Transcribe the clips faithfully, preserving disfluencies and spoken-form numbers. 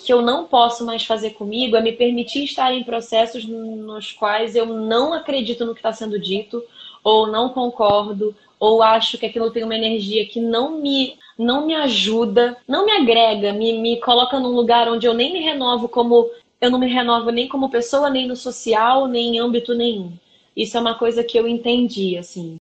que eu não posso mais fazer comigo é me permitir estar em processos nos quais eu não acredito no que está sendo dito, ou não concordo, ou acho que aquilo tem uma energia que não me, não me ajuda, não me agrega, me, me coloca num lugar onde eu nem me renovo como... Eu não me renovo nem como pessoa, nem no social, nem em âmbito nenhum. Isso é uma coisa que eu entendi, assim.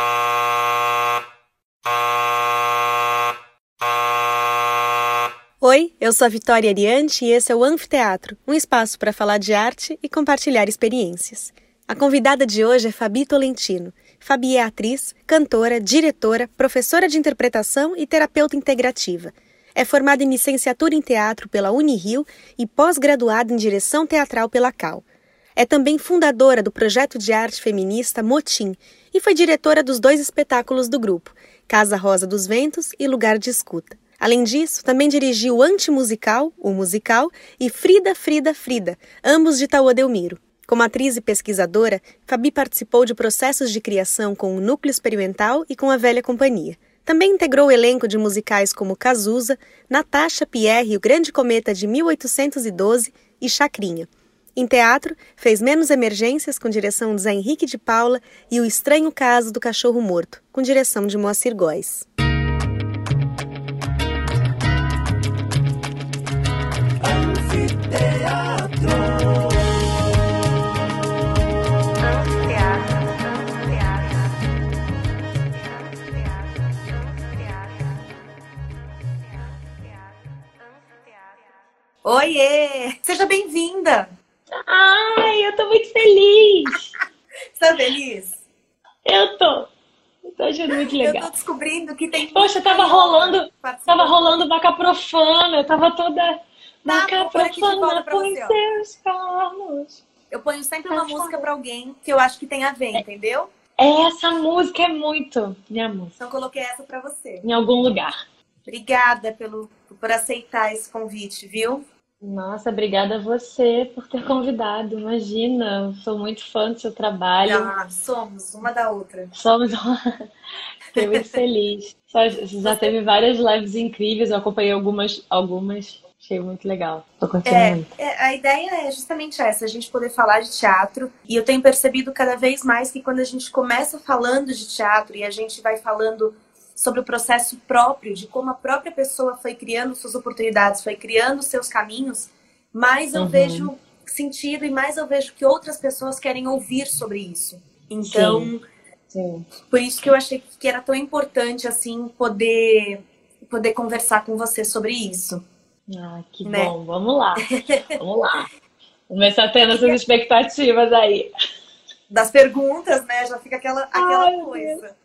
Oi, eu sou a Vitória Ariante e esse é o Anfiteatro, um espaço para falar de arte e compartilhar experiências. A convidada de hoje é Fabi Tolentino. Fabi é atriz, cantora, diretora, professora de interpretação e terapeuta integrativa. É formada em licenciatura em teatro pela Unirio e pós-graduada em direção teatral pela Cal. É também fundadora do projeto de arte feminista Motim e foi diretora dos dois espetáculos do grupo, Casa Rosa dos Ventos e Lugar de Escuta. Além disso, também dirigiu o Antimusical, o Musical, e Frida, Frida, Frida, ambos de Tauá Delmiro. Como atriz e pesquisadora, Fabi participou de processos de criação com o Núcleo Experimental e com a Velha Companhia. Também integrou o elenco de musicais como Cazuza, Natasha, Pierre e o Grande Cometa de mil oitocentos e doze e Chacrinha. Em teatro, fez Menos Emergências, com direção de Zé Henrique de Paula, e O Estranho Caso do Cachorro Morto, com direção de Moacir Góes. Oiê! Seja bem-vinda! Ai, eu tô muito feliz! Você tá feliz? Eu tô. Eu tô achando muito legal. Eu tô descobrindo que tem... Poxa, tava rolando, tava rolando vaca profana, eu tava toda... Vaca profana põe seus carros. Eu ponho sempre uma música pra alguém que eu acho que tem a ver, entendeu? Essa música é muito minha música. Então coloquei essa pra você. Em algum lugar. Obrigada pelo, por aceitar esse convite, viu? Nossa, obrigada a você por ter convidado. Imagina, eu sou muito fã do seu trabalho. Ah, somos, uma da outra. Somos. Fiquei muito feliz. Só, já teve várias lives incríveis, eu acompanhei algumas, algumas. Achei muito legal. Tô curtindo é, muito. É, a ideia é justamente essa, a gente poder falar de teatro. E eu tenho percebido cada vez mais que quando a gente começa falando de teatro e a gente vai falando sobre o processo próprio, de como a própria pessoa foi criando suas oportunidades, foi criando seus caminhos, mais eu Uhum. vejo sentido e mais eu vejo que outras pessoas querem ouvir sobre isso. Então, Sim. Sim. Por isso que eu achei que era tão importante, assim, poder, poder conversar com você sobre isso. Ah, que né? bom. Vamos lá. Vamos lá. Começar tendo essas expectativas aí. Das perguntas, né? Já fica aquela, aquela Ai, coisa.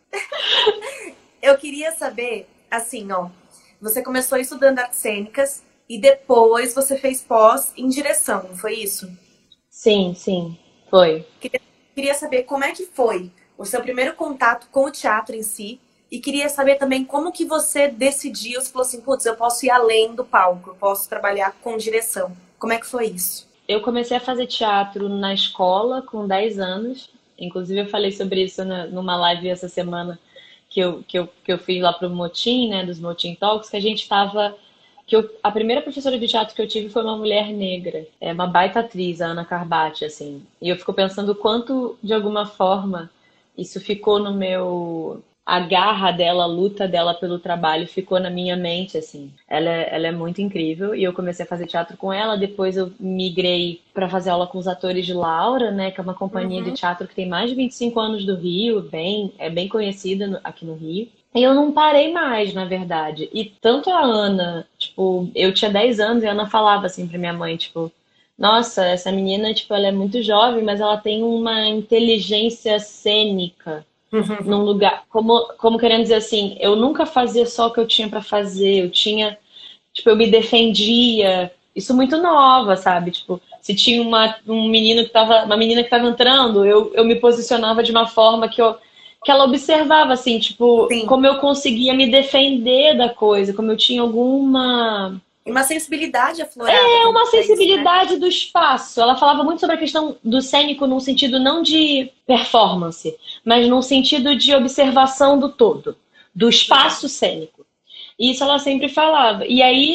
Eu queria saber, assim, ó. Você começou estudando artes cênicas e depois você fez pós em direção, não foi isso? Sim, sim. Foi. Queria, queria saber como é que foi o seu primeiro contato com o teatro em si. E queria saber também como que você decidiu, você falou assim, putz, eu posso ir além do palco, eu posso trabalhar com direção. Como é que foi isso? Eu comecei a fazer teatro na escola com dez anos. Inclusive eu falei sobre isso na, numa live essa semana que eu, que eu, que eu fui lá pro Motim, né, dos Motim Talks, que a gente tava... Que eu, a primeira professora de teatro que eu tive foi uma mulher negra, é uma baita atriz, a Ana Carbati, assim. E eu fico pensando o quanto, de alguma forma, isso ficou no meu... A garra dela, a luta dela pelo trabalho ficou na minha mente, assim. Ela é, ela é muito incrível e eu comecei a fazer teatro com ela. Depois eu migrei para fazer aula com os atores de Laura, né? Que é uma companhia Uhum. de teatro que tem mais de vinte e cinco anos do Rio, bem, é bem conhecida no, aqui no Rio. E eu não parei mais, na verdade. E tanto a Ana, tipo, eu tinha dez anos e a Ana falava assim pra minha mãe, tipo, nossa, essa menina, tipo, ela é muito jovem, mas ela tem uma inteligência cênica. Uhum. Num lugar, como, como querendo dizer assim, eu nunca fazia só o que eu tinha pra fazer, eu tinha, tipo, eu me defendia, isso muito nova, sabe? Tipo, se tinha uma, um menino que tava, uma menina que tava entrando, eu, eu me posicionava de uma forma que, eu, que ela observava, assim, tipo, Sim. como eu conseguia me defender da coisa, como eu tinha alguma... Uma sensibilidade aflorada. É uma sensibilidade isso, né? do espaço. Ela falava muito sobre a questão do cênico num sentido não de performance, mas num sentido de observação do todo, do espaço cênico. E isso ela sempre falava. E aí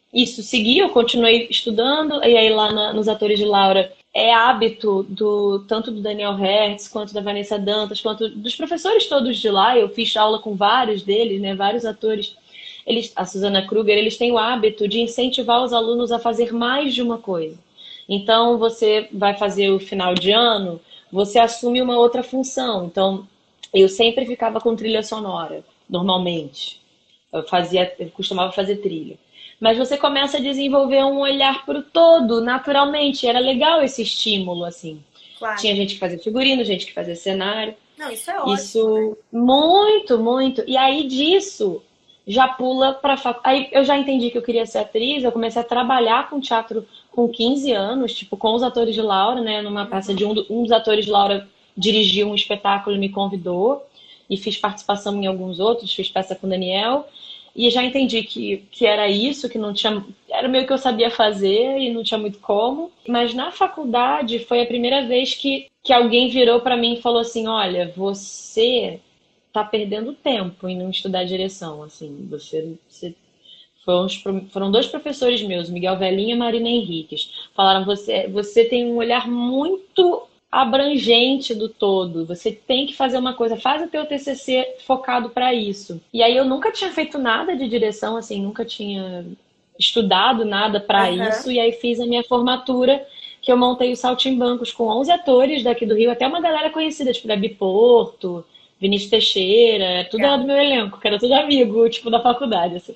isso, segui, eu continuei estudando, e aí lá na, nos Atores de Laura é hábito do tanto do Daniel Hertz, quanto da Vanessa Dantas, quanto dos professores todos de lá. Eu fiz aula com vários deles, né, vários atores. Eles, a Susana Kruger, eles têm o hábito de incentivar os alunos a fazer mais de uma coisa. Então, você vai fazer o final de ano, você assume uma outra função. Então, eu sempre ficava com trilha sonora, normalmente. Eu fazia, eu costumava fazer trilha. Mas você começa a desenvolver um olhar para o todo, naturalmente. Era legal esse estímulo, assim. Claro. Tinha gente que fazia figurino, gente que fazia cenário. Não, isso é ótimo. Isso, né? Muito, muito. E aí disso já pula para fac... Aí eu já entendi que eu queria ser atriz, eu comecei a trabalhar com teatro com quinze anos, tipo, com os Atores de Laura, né? Numa peça de um, do... um dos Atores de Laura dirigiu um espetáculo e me convidou. E fiz participação em alguns outros, fiz peça com o Daniel. E já entendi que, que era isso, que não tinha... Era meio que eu sabia fazer e não tinha muito como. Mas na faculdade foi a primeira vez que, que alguém virou para mim e falou assim, olha, você tá perdendo tempo em não estudar direção. Assim, você... você... Foram, foram dois professores meus, Miguel Velhinha e Marina Henriques. Falaram, você, você tem um olhar muito abrangente do todo. Você tem que fazer uma coisa, faz o teu T C C focado para isso. E aí eu nunca tinha feito nada de direção, assim, nunca tinha estudado nada para Uhum. isso. E aí fiz a minha formatura, que eu montei os Saltimbancos com onze atores daqui do Rio, até uma galera conhecida, tipo Gabi Porto, Vinícius Teixeira, tudo era do meu elenco, que era tudo amigo, tipo, da faculdade, assim.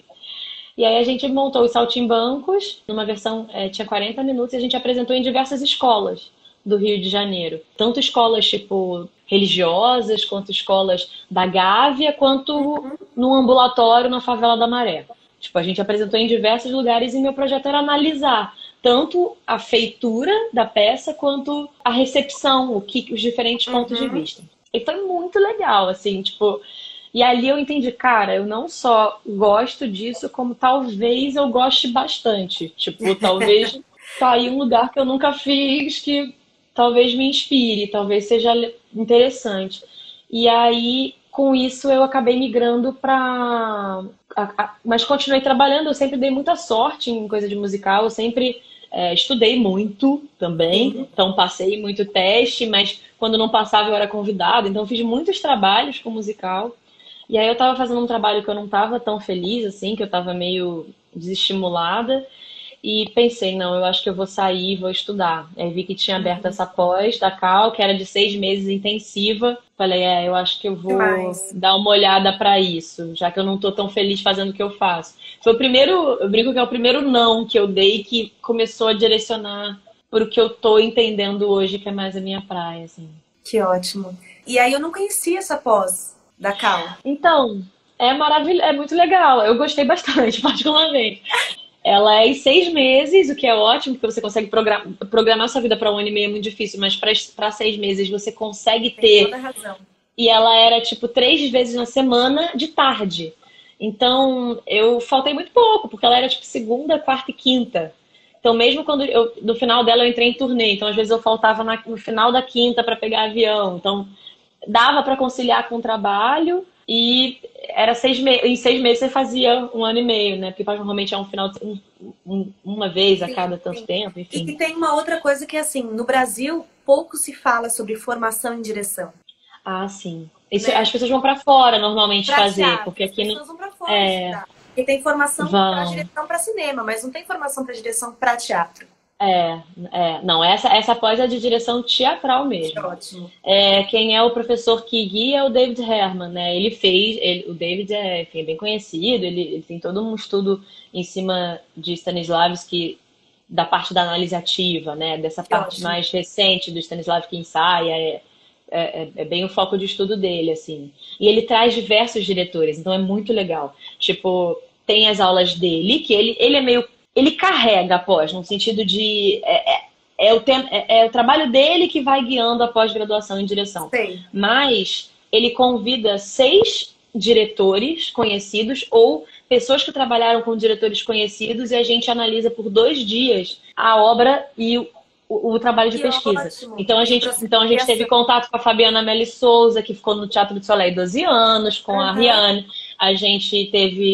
E aí a gente montou os Saltimbancos, numa versão, é, tinha quarenta minutos, e a gente apresentou em diversas escolas do Rio de Janeiro. Tanto escolas, tipo, religiosas, quanto escolas da Gávea, quanto Uhum. num ambulatório na Favela da Maré. Tipo, a gente apresentou em diversos lugares e meu projeto era analisar tanto a feitura da peça, quanto a recepção, o que, os diferentes pontos Uhum. de vista. E foi muito legal, assim, tipo... E ali eu entendi, cara, eu não só gosto disso, como talvez eu goste bastante. Tipo, talvez tá aí um lugar que eu nunca fiz, que talvez me inspire, talvez seja interessante. E aí, com isso, eu acabei migrando para... Mas continuei trabalhando, eu sempre dei muita sorte em coisa de musical, eu sempre é, estudei muito também, Sim. então passei muito teste, mas quando não passava eu era convidada, então fiz muitos trabalhos com musical. E aí eu tava fazendo um trabalho que eu não tava tão feliz, assim, que eu tava meio desestimulada. E pensei, não, eu acho que eu vou sair e vou estudar. Aí vi que tinha aberto essa pós da Cal, que era de seis meses intensiva. Falei, é, eu acho que eu vou Demais. dar uma olhada pra isso, já que eu não tô tão feliz fazendo o que eu faço. Foi o primeiro, eu brinco que é o primeiro não que eu dei que começou a direcionar pro que eu tô entendendo hoje, que é mais a minha praia, assim. Que ótimo. E aí eu não conhecia essa pós da Cal. Então, é maravilhoso, é muito legal. Eu gostei bastante, particularmente. Ela é em seis meses, o que é ótimo, porque você consegue programar, programar sua vida para um ano e meio é muito difícil, mas para seis meses você consegue Tem ter. toda a razão. E ela era tipo três vezes na semana de tarde. Então eu faltei muito pouco, porque ela era tipo segunda, quarta e quinta. Então mesmo quando eu, no final dela eu entrei em turnê, então às vezes eu faltava na, no final da quinta para pegar avião. Então dava para conciliar com o trabalho. E era seis me... em seis meses você fazia um ano e meio, né? Porque normalmente é um final de... um, um, uma vez a Sim, cada tanto sim. tempo, enfim. E tem uma outra coisa que, assim, no Brasil, pouco se fala sobre formação em direção. Ah, sim. Isso, Né? as pessoas vão para fora normalmente Pra fazer, teatro, porque aqui as não. pessoas vão pra fora É, estudar. E tem formação para vão. direção para cinema, mas não tem formação para direção para teatro. É, é, não, essa, essa pós é de direção teatral Que mesmo. ótimo. É, quem é o professor que guia é o David Herman, né? Ele fez, ele, o David é, enfim, é bem conhecido, ele, ele tem todo um estudo em cima de Stanislavski, da parte da análise ativa, né? Dessa Que parte ótimo. mais recente do Stanislavski que ensaia, é, é, é bem o foco de estudo dele, assim. E ele traz diversos diretores, então é muito legal. Tipo, tem as aulas dele, que ele, ele é meio... Ele carrega a pós, no sentido de... É, é, é, o tem, é, é o trabalho dele que vai guiando a pós-graduação em direção. Sei. Mas ele convida seis diretores conhecidos ou pessoas que trabalharam com diretores conhecidos e a gente analisa por dois dias a obra e o, o, o trabalho de Que pesquisa. ótimo. Então a, Tem gente, processo então a de gente teve criação. contato com a Fabiana Melli Souza, que ficou no Teatro do Soleil doze anos, com a Uhum. Riane. A gente teve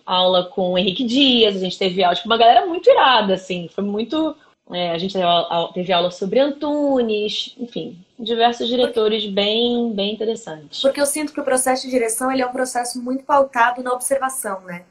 aula com o Henrique Dias, a gente teve aula, tipo, uma galera muito irada, assim, foi muito... É, a gente teve aula, teve aula sobre Antunes, enfim, diversos diretores bem, bem interessantes. Porque eu sinto que o processo de direção ele é um processo muito pautado na observação, né?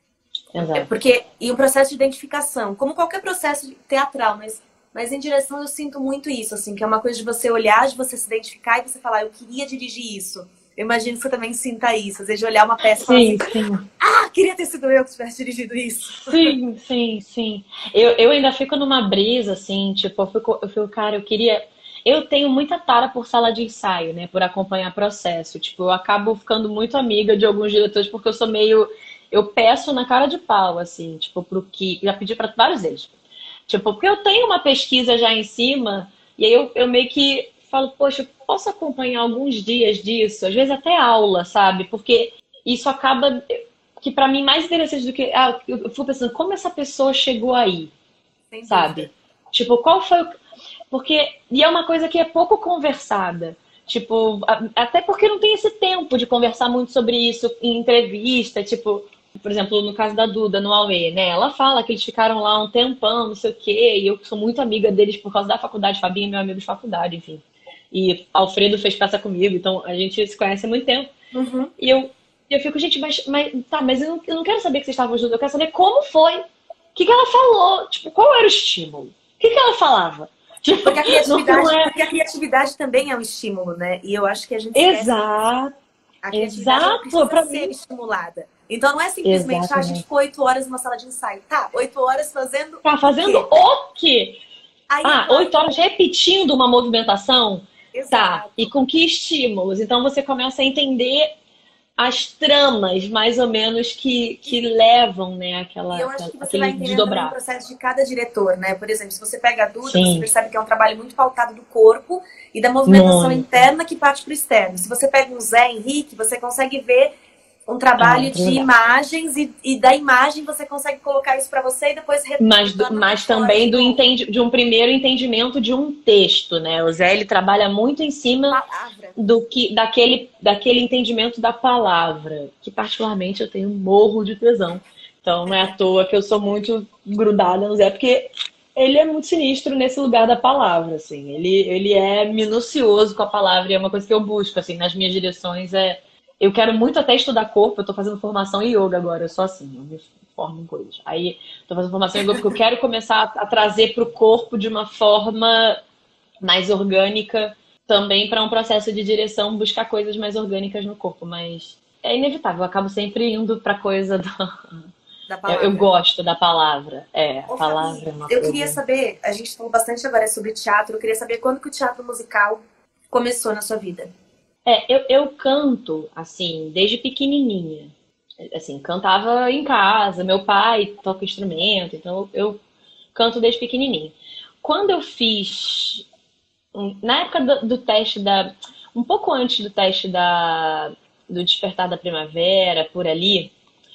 Exato. Porque, e um processo de identificação, como qualquer processo teatral, mas, mas em direção eu sinto muito isso, assim, que é uma coisa de você olhar, de você se identificar e você falar, eu queria dirigir isso. Eu imagino que você também sinta isso, às vezes de olhar uma peça e falar Sim, assim, sim. ah, queria ter sido eu que tivesse dirigido isso. Sim, sim, sim. Eu, eu ainda fico numa brisa, assim, tipo, eu fico, eu fico, cara, eu queria. Eu tenho muita tara por sala de ensaio, né? Por acompanhar processo. Tipo, eu acabo ficando muito amiga de alguns diretores porque eu sou meio. Eu peço na cara de pau, assim, tipo, pro que. Já pedi pra vários deles. Tipo, porque eu tenho uma pesquisa já em cima, e aí eu, eu meio que falo, poxa, eu posso acompanhar alguns dias disso, às vezes até aula, sabe? Porque isso acaba. Que pra mim mais interessante do que. Ah, eu fico pensando, como essa pessoa chegou aí, Sem sabe? dúvida. Tipo, qual foi o. Porque. E é uma coisa que é pouco conversada. Tipo, a- até porque não tem esse tempo de conversar muito sobre isso em entrevista. Tipo, por exemplo, no caso da Duda, no Aue, né? Ela fala que eles ficaram lá um tempão, não sei o quê, e eu sou muito amiga deles por causa da faculdade. Fabinho é meu amigo de faculdade, enfim. E Alfredo fez peça comigo, então a gente se conhece há muito tempo. Uhum. E eu, eu fico, gente, mas, mas tá, mas eu não, eu não quero saber que vocês estavam juntos, eu quero saber como foi. O que, que ela falou? Tipo, qual era o estímulo? O que, que ela falava? Tipo, Porque a não, não criatividade, é. porque a criatividade também é um estímulo, né? E eu acho que a gente esquece isso. Exato, A criatividade ela exato, precisa pra ser mim. estimulada. Então não é simplesmente, ah, a gente Exatamente. ficou oito horas numa sala de ensaio. Tá, oito horas fazendo Tá o fazendo quê? o quê? Aí é Ah, claro oito que. horas repetindo uma movimentação? Tá. E Exato. com que estímulos? Então você começa a entender as tramas, mais ou menos, que, que E, levam, né, e aquela, eu acho aquela- que você vai aquele entendendo também o desdobrar. processo de cada diretor, né? Por exemplo, se você pega a Duda, você Sim, percebe que é um trabalho muito pautado do corpo e da movimentação muito. interna que parte para o externo. Se você pega um Zé Henrique, você consegue ver um Ah, é trabalho outro de lugar. imagens e, e da imagem você consegue colocar isso para você e depois re, Mas, do- retorna para mas fora de também do novo. entendi, de um primeiro entendimento de um texto, né? O Zé, ele trabalha muito em cima Palavra. do que, daquele, daquele entendimento da palavra, que particularmente eu tenho um morro de tesão. Então não é à toa que eu sou muito grudada no Zé, porque ele é muito sinistro nesse lugar da palavra, assim. Ele, ele é minucioso com a palavra e é uma coisa que eu busco, assim, nas minhas direções. É... Eu quero muito até estudar corpo, eu tô fazendo formação em yoga agora, eu sou assim, eu me formo em coisas. Aí, tô fazendo formação em yoga porque eu quero começar a, a trazer pro corpo de uma forma mais orgânica também para um processo de direção, buscar coisas mais orgânicas no corpo, mas é inevitável, eu acabo sempre indo para coisa do... Da eu, eu palavra. gosto da palavra, é, a Ô, Fabi, palavra é uma eu queria coisa. saber, a gente falou bastante agora sobre teatro, eu queria saber quando que o teatro musical começou na sua vida. É, eu, eu canto assim desde pequenininha, assim, cantava em casa, meu pai toca instrumento, então eu canto desde pequenininha. Quando eu fiz na época do, do teste da. Um pouco antes do teste da, do Despertar da Primavera, por ali,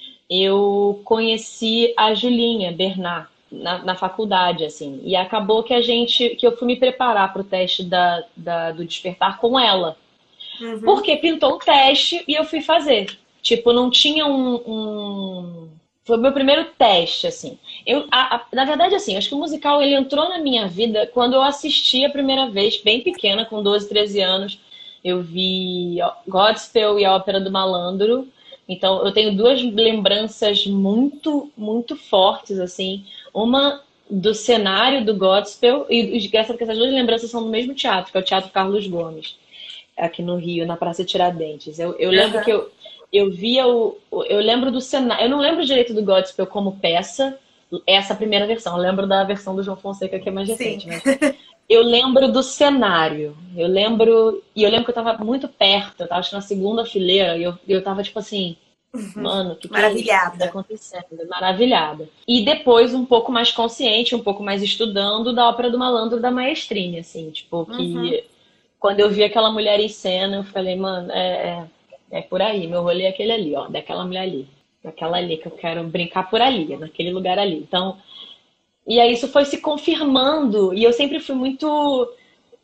eu conheci a Julinha Bernard na, na faculdade, assim. E acabou que a gente. Que eu fui me preparar para o teste da, da, do Despertar com ela. Uhum. Porque pintou o teste e eu fui fazer. Tipo, não tinha um, um... Foi o meu primeiro teste, assim. Eu, a- a- na verdade, assim, acho que o musical ele entrou na minha vida quando eu assisti a primeira vez, bem pequena, com doze, treze anos. Eu vi Godspell e a Ópera do Malandro. Então, eu tenho duas lembranças muito, muito fortes, assim. Uma do cenário do Godspell, e engraçado que essas duas lembranças são no mesmo teatro, que é o Teatro Carlos Gomes aqui no Rio, na Praça Tiradentes. Eu, eu lembro que Uhum. eu, eu via o. Eu lembro do cenário. Eu não lembro direito do Godspell como peça, essa primeira versão. Eu lembro da versão do João Fonseca, que é mais Sim. recente, mas eu lembro do cenário. Eu lembro. E eu lembro que eu tava muito perto, eu tava acho que na segunda fileira, e eu, eu tava tipo assim. Mano, o que, que é isso? O que tá Maravilhada. acontecendo? Maravilhada. E depois, um pouco mais consciente, um pouco mais estudando da Ópera do Malandro da Maestrini, assim, tipo, Uhum. que quando eu vi aquela mulher em cena, eu falei, mano, é, é, é por aí. Meu rolê é aquele ali, ó, daquela mulher ali. Daquela ali que eu quero brincar por ali, naquele lugar ali. Então, e aí isso foi se confirmando. E eu sempre fui muito.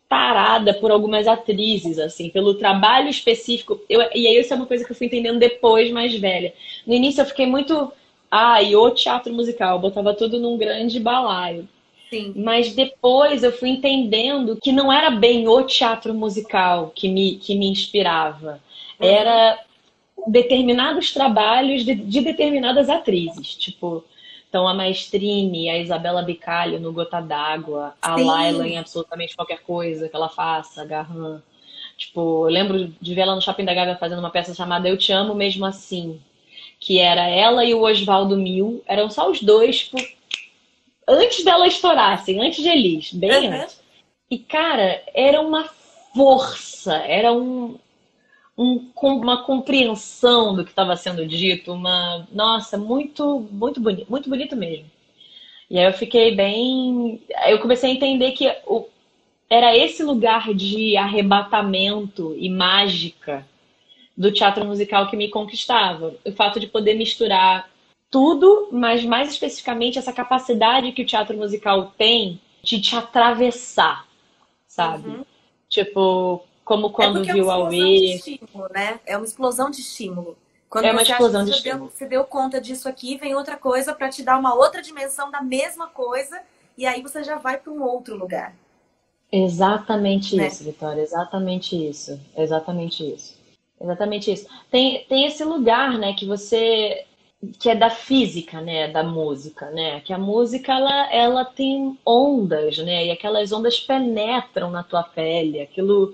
tarada por algumas atrizes, assim, pelo trabalho específico. Eu, e aí isso é uma coisa que eu fui entendendo depois, mais velha. No início eu fiquei muito... Ah, e o teatro musical, eu botava tudo num grande balaio. Sim. Mas depois eu fui entendendo que não era bem o teatro musical que me, que me inspirava. Uhum. Era determinados trabalhos de, de determinadas atrizes. Tipo, então a Maestrine, a Isabela Bicalho no Gota d'Água, a Laila em Sim. absolutamente qualquer coisa que ela faça, a Garran. Tipo, eu lembro de ver ela no Shopping da Gávea fazendo uma peça chamada Eu Te Amo Mesmo Assim, que era ela e o Oswaldo Mil, eram só os dois, tipo, antes dela estourassem, antes de Elis, bem Uhum. antes. E, cara, era uma força, era um, um, uma compreensão do que estava sendo dito, uma, nossa, muito, muito bonito, muito bonito mesmo. E aí eu fiquei bem, aí eu comecei a entender que o, era esse lugar de arrebatamento e mágica do teatro musical que me conquistava. O fato de poder misturar tudo, mas mais especificamente essa capacidade que o teatro musical tem de te atravessar, sabe? Uhum. Tipo, como É quando porque é uma viu explosão de Aue, estímulo, né? É uma explosão de estímulo. Quando é uma você acha que explosão você de já deu, estímulo. você deu conta disso aqui, vem outra coisa para te dar uma outra dimensão da mesma coisa, e aí você já vai para um outro lugar, Exatamente né? isso, Vitória, exatamente isso, exatamente isso. Exatamente isso. Tem, tem esse lugar, né, que você que é da física, né, da música, né? Que a música ela, ela tem ondas, né? E aquelas ondas penetram na tua pele, aquilo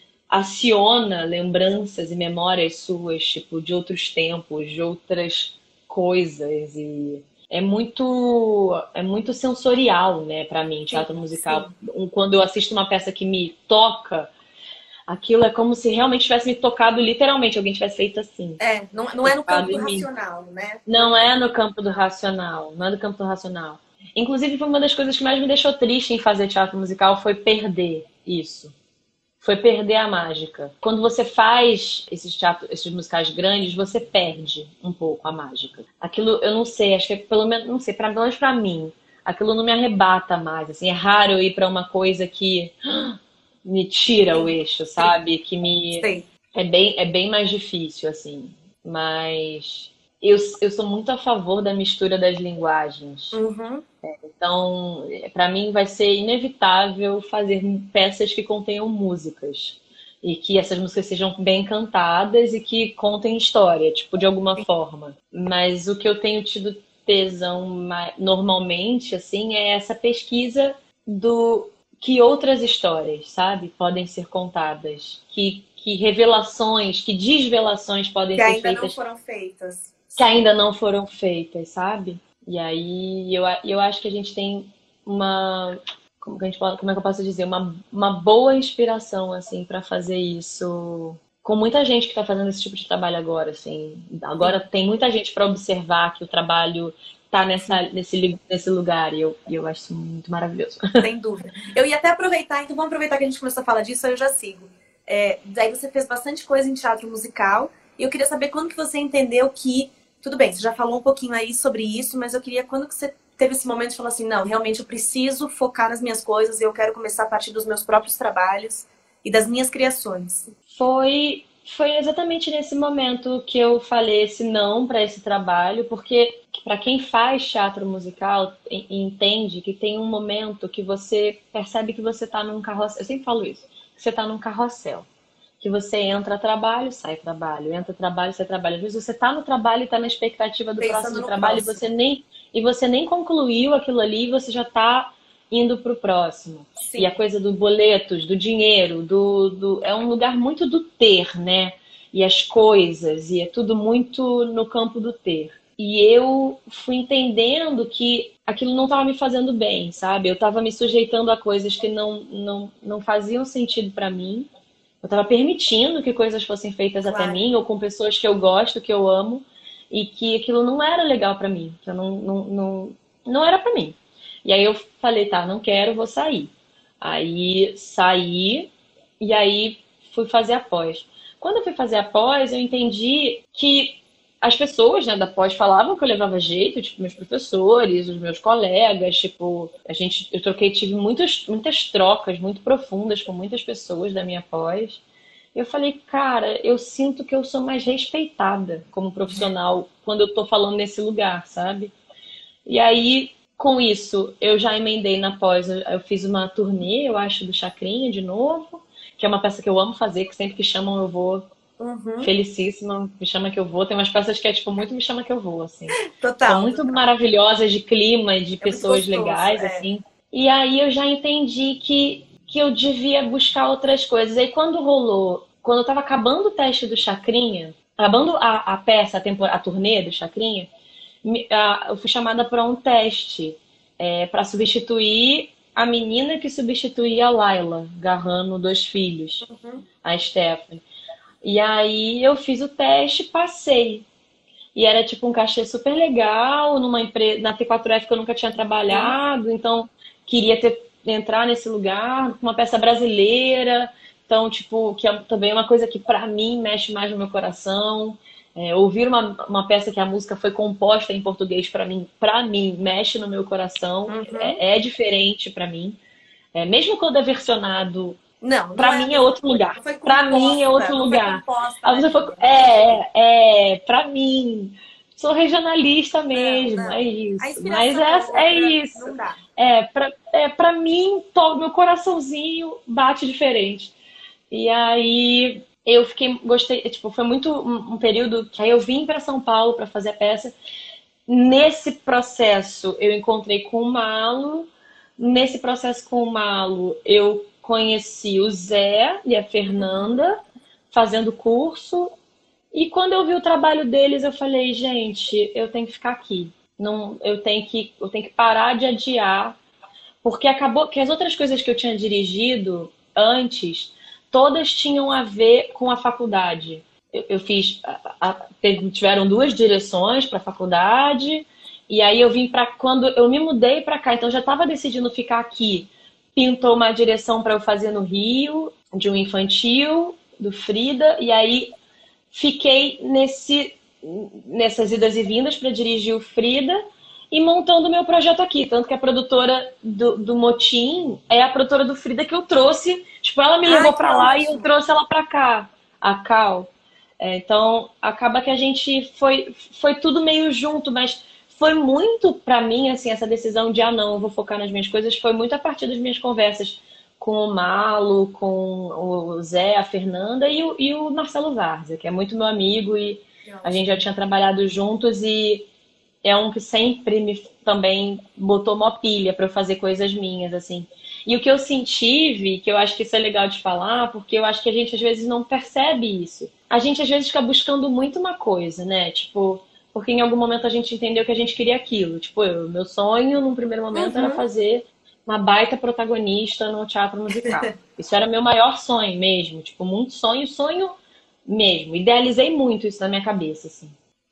aciona lembranças e memórias suas, tipo, de outros tempos, de outras coisas e é muito é muito sensorial, né, para mim, Sim, teatro musical. sim. Um- Quando eu assisto uma peça que me toca, aquilo é como se realmente tivesse me tocado literalmente, alguém tivesse feito assim, É, não, não é no campo tocado do em mim. racional, né? Não é Não no é campo no campo do racional, não é no campo do racional. Inclusive, foi uma das coisas que mais me deixou triste em fazer teatro musical foi perder isso. Foi perder a mágica. Quando você faz esses teatros, esses musicais grandes, você perde um pouco a mágica. Aquilo, eu não sei, acho que é pelo menos, não sei, pra, pelo menos pra mim, aquilo não me arrebata mais. Assim, é raro eu ir pra uma coisa que me tira o sim, eixo, sim, sabe? Que me sei. é bem, é bem mais difícil, assim. Mas eu, eu sou muito a favor da mistura das linguagens. Uhum. Então, para mim vai ser inevitável fazer peças que contenham músicas. E que essas músicas sejam bem cantadas e que contem história, tipo, de alguma forma. Mas o que eu tenho tido tesão ma- normalmente, assim, é essa pesquisa do que outras histórias, sabe, podem ser contadas. Que, que revelações, que desvelações podem Que ser ainda não feitas foram feitas. que Sim. ainda não foram feitas, sabe? E aí eu, eu acho que a gente tem uma. Como, que a gente, pode- como é que eu posso dizer? Uma, uma boa inspiração, assim, para fazer isso. Com muita gente que está fazendo esse tipo de trabalho agora, assim. Agora Sim, tem muita gente para observar que o trabalho tá nessa, sim. nesse, li- nesse lugar. E eu, e eu acho isso muito maravilhoso. Sem dúvida. Eu ia até aproveitar, então vamos aproveitar que a gente começou a falar disso, aí eu já sigo. É, daí você fez bastante coisa em teatro musical, e eu queria saber quando que você entendeu que, tudo bem, você já falou um pouquinho aí sobre isso, mas eu queria quando que você teve esse momento de falar assim, não, realmente eu preciso focar nas minhas coisas, e eu quero começar a partir dos meus próprios trabalhos e das minhas criações. Foi, foi exatamente nesse momento que eu falei esse não para esse trabalho, porque para quem faz teatro musical e- entende que tem um momento que você percebe que você está num carrossel. Eu sempre falo isso, que você está num carrossel. Que você entra trabalho, sai trabalho, entra trabalho, sai trabalho. Às vezes você está no trabalho e está na expectativa do Pensando próximo no trabalho e próximo. você nem, e você nem concluiu aquilo ali e você já está indo para o próximo. E a Sim, coisa do boletos, do dinheiro, do, do, é um lugar muito do ter, né? E as coisas, e é tudo muito no campo do ter. E eu fui entendendo que aquilo não estava me fazendo bem, sabe? Eu estava me sujeitando a coisas que não, não, não faziam sentido para mim. Eu estava permitindo que coisas fossem feitas até claro. mim ou com pessoas que eu gosto, que eu amo, e que aquilo não era legal para mim, que eu não, não, não, não era para mim. E aí eu falei, tá, não quero, vou sair. Aí saí e aí fui fazer a pós. Quando eu fui fazer a pós, eu entendi que as pessoas, né, da pós falavam que eu levava jeito, tipo, meus professores, os meus colegas, tipo, a gente, eu troquei, tive muitas, muitas trocas muito profundas com muitas pessoas da minha pós. Eu falei, cara, eu sinto que eu sou mais respeitada como profissional quando eu tô falando nesse lugar, sabe? E aí, com isso, eu já emendei na pós, eu eu fiz uma turnê, eu acho, do Chacrinha de novo, que é uma peça que eu amo fazer, que sempre que chamam eu vou Uhum. felicíssima, me chama que eu vou. Tem umas peças que é tipo muito me chama que eu vou, assim. São Total, muito total. maravilhosas de clima, de É muito pessoas gostoso, legais, é. assim. E aí eu já entendi que, que eu devia buscar outras coisas. Aí quando rolou, quando eu tava acabando o teste do Chacrinha, acabando a, a peça, a, tempo, a turnê do Chacrinha, me- a- eu fui chamada para um teste é, para substituir a menina que substituía a Laila Garrano, dois filhos, Uhum. a Stephanie. E aí eu fiz o teste, passei. E era tipo um cachê super legal, numa empresa, na T quatro F que eu nunca tinha Sim. trabalhado, então queria ter, entrar nesse lugar, com uma peça brasileira, então, tipo, que é também uma coisa que pra mim mexe mais no meu coração. É, ouvir uma, uma peça que a música foi composta em português pra mim, para mim, mexe no meu coração, Uhum. é, é diferente pra mim. É, mesmo quando é versionado, Não, não pra é a mim é mesma outro coisa. lugar. Não foi Pra mim é composta, outro não foi lugar. composta Aí na você foi, língua, não é a mesma coisa. é, é, pra mim, sou regionalista Não, mesmo, é não. A isso. Mas inspiração é é, é outra, isso. não dá. É, pra, é, pra mim, to- meu coraçãozinho bate diferente. E aí eu fiquei, gostei, tipo, foi muito um, um período que aí eu vim pra São Paulo pra fazer a peça. Nesse processo, eu encontrei com o Malo. Nesse processo com o Malo, eu conheci o Zé e a Fernanda fazendo curso. E quando eu vi o trabalho deles, eu falei, gente, eu tenho que ficar aqui. Não, eu tenho que, eu tenho que parar de adiar, porque acabou que as outras coisas que eu tinha dirigido antes, todas tinham a ver com a faculdade. Eu, eu fiz, a- a- teve- tiveram duas direções para a faculdade, e aí eu vim para quando eu me mudei para cá, então eu já estava decidindo ficar aqui. Pintou uma direção para eu fazer no Rio, de um infantil, do Frida, e aí fiquei nesse, nessas idas e vindas para dirigir o Frida e montando o meu projeto aqui. Tanto que a produtora do, do Motim é a produtora do Frida que eu trouxe. Tipo, ela me Ai, levou que para lá e eu ótimo. trouxe ela para cá, a Cal. É, então, acaba que a gente foi, foi tudo meio junto, mas foi muito para mim, assim, essa decisão de, ah, não, eu vou focar nas minhas coisas, foi muito a partir das minhas conversas com o Malo, com o Zé, a Fernanda e o, e o Marcelo Várzea, que é muito meu amigo e Que a gente já ótimo. tinha trabalhado juntos e é um que sempre me também botou uma pilha para eu fazer coisas minhas, assim. E o que eu senti, Vi, que eu acho que isso é legal de falar, porque eu acho que a gente às vezes não percebe isso. A gente às vezes fica buscando muito uma coisa, né? Tipo, porque em algum momento a gente entendeu que a gente queria aquilo. Tipo, eu, meu sonho num primeiro momento era Uhum. fazer uma baita protagonista no teatro musical. Isso era meu maior sonho mesmo, tipo, muito sonho, sonho mesmo. Idealizei muito isso na minha cabeça, assim.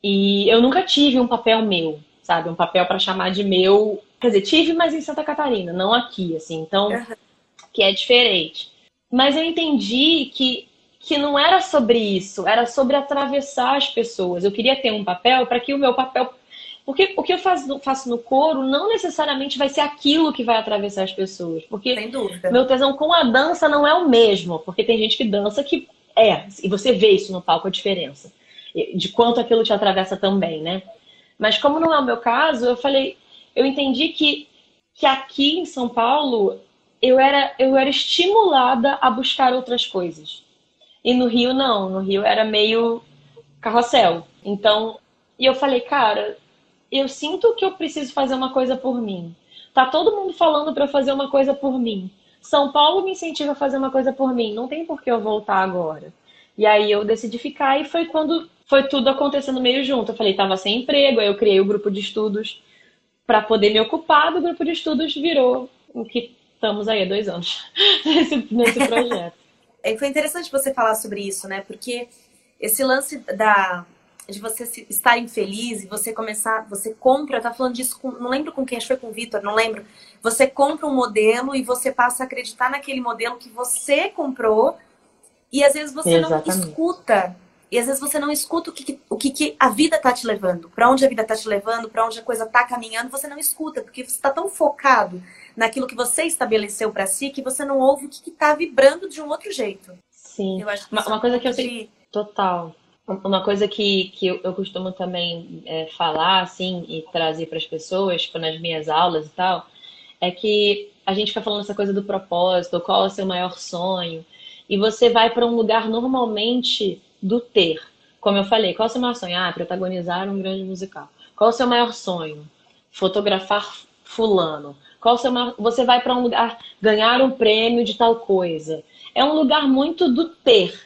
E eu nunca tive um papel meu, sabe? Um papel para chamar de meu. Quer dizer, tive, mas em Santa Catarina, não aqui, assim. Então, Aham. que é diferente. Mas eu entendi que, que não era sobre isso, era sobre atravessar as pessoas. Eu queria ter um papel para que o meu papel. Porque o que eu faço, faço no coro não necessariamente vai ser aquilo que vai atravessar as pessoas. Porque Sem dúvida. meu tesão com a dança não é o mesmo. Porque tem gente que dança que é, e você vê isso no palco, a diferença. De quanto aquilo te atravessa também, né? Mas como não é o meu caso, eu falei, eu entendi que, que aqui em São Paulo eu era, eu era estimulada a buscar outras coisas. E no Rio, não. No Rio era meio carrossel. Então, e eu falei, cara, eu sinto que eu preciso fazer uma coisa por mim. Tá todo mundo falando para eu fazer uma coisa por mim. São Paulo me incentiva a fazer uma coisa por mim. Não tem por que eu voltar agora. E aí eu decidi ficar e foi quando foi tudo acontecendo meio junto. Eu falei, tava sem emprego, aí eu criei o grupo de estudos para poder me ocupar do grupo de estudos virou o que estamos aí há dois anos nesse, nesse projeto. É, foi interessante você falar sobre isso, né? Porque esse lance da, de você se- estar infeliz e você começar, você compra, tá falando disso, com, não lembro com quem, acho que foi com o Vitor, não lembro. Você compra um modelo e você passa a acreditar naquele modelo que você comprou e às vezes você não Exatamente. escuta E às vezes você não escuta o que, o que, que a vida tá te levando, para onde a vida tá te levando, para onde a coisa tá caminhando, você não escuta, porque você tá tão focado naquilo que você estabeleceu para si que você não ouve o que, que tá vibrando de um outro jeito. Sim. Eu acho que Uma, isso é uma um coisa que eu ponto sei de... total. Uma coisa que, que eu, eu costumo também é, falar, assim, e trazer para as pessoas, tipo, nas minhas aulas e tal, é que a gente fica falando essa coisa do propósito, qual é o seu maior sonho, e você vai para um lugar normalmente do ter. Como eu falei, qual é o seu maior sonho? Ah, protagonizar um grande musical. Qual é o seu maior sonho? Fotografar fulano. Qual é o seu maior... Você vai para um lugar, ganhar um prêmio de tal coisa. É um lugar muito do ter.